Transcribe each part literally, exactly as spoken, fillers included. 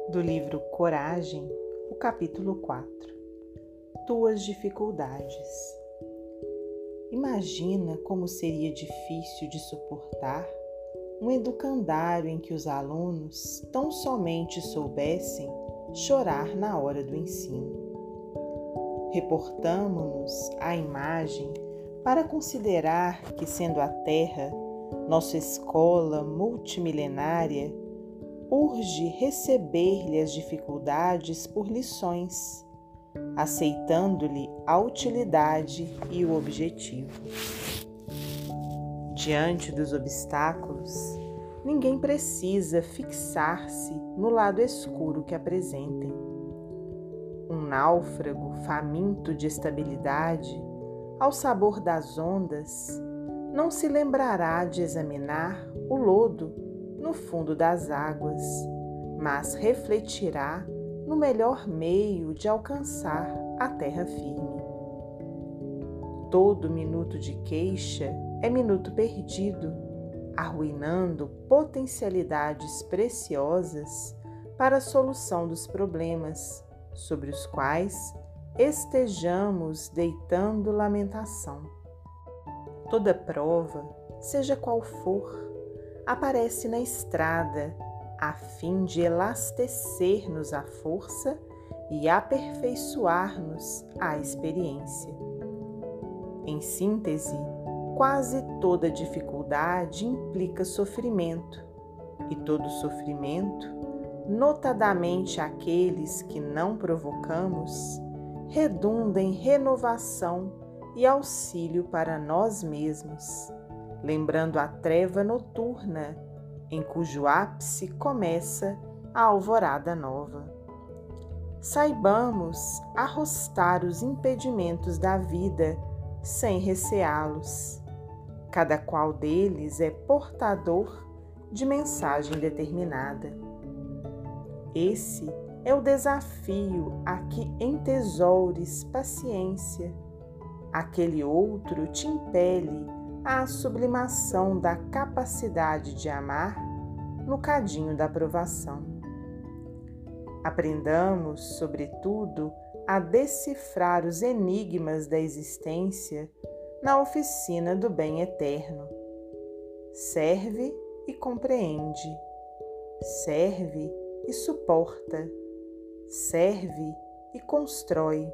Do livro Coragem, o capítulo quatro. Tuas dificuldades. Imagina como seria difícil de suportar um educandário em que os alunos tão somente soubessem chorar na hora do ensino. Reportamo-nos à imagem para considerar que, sendo a Terra nossa escola multimilenária, urge receber-lhe as dificuldades por lições, aceitando-lhe a utilidade e o objetivo. Diante dos obstáculos, ninguém precisa fixar-se no lado escuro que apresentem. Um náufrago faminto de estabilidade, ao sabor das ondas, não se lembrará de examinar o lodo no fundo das águas, mas refletirá no melhor meio de alcançar a terra firme. Todo minuto de queixa é minuto perdido, arruinando potencialidades preciosas para a solução dos problemas, sobre os quais estejamos deitando lamentação. Toda prova, seja qual for, aparece na estrada, a fim de elastecer-nos a força e aperfeiçoar-nos a experiência. Em síntese, quase toda dificuldade implica sofrimento, e todo sofrimento, notadamente aqueles que não provocamos, redunda em renovação e auxílio para nós mesmos, lembrando a treva noturna, em cujo ápice começa a alvorada nova. Saibamos arrostar os impedimentos da vida sem receá-los. Cada qual deles é portador de mensagem determinada. Esse é o desafio a que entesoures paciência. Aquele outro te impele à sublimação da capacidade de amar no cadinho da provação. Aprendamos, sobretudo, a decifrar os enigmas da existência na oficina do bem eterno. Serve e compreende, serve e suporta, serve e constrói,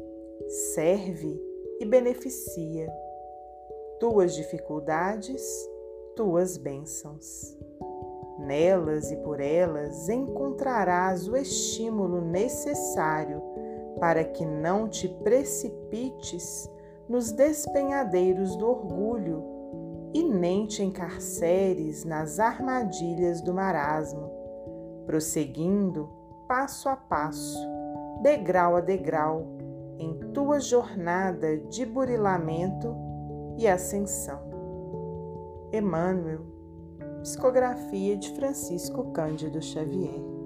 serve e beneficia. Tuas dificuldades, tuas bênçãos. Nelas e por elas encontrarás o estímulo necessário para que não te precipites nos despenhadeiros do orgulho e nem te encarceres nas armadilhas do marasmo, prosseguindo passo a passo, degrau a degrau, em tua jornada de burilamento e ascensão. Emmanuel, psicografia de Francisco Cândido Xavier.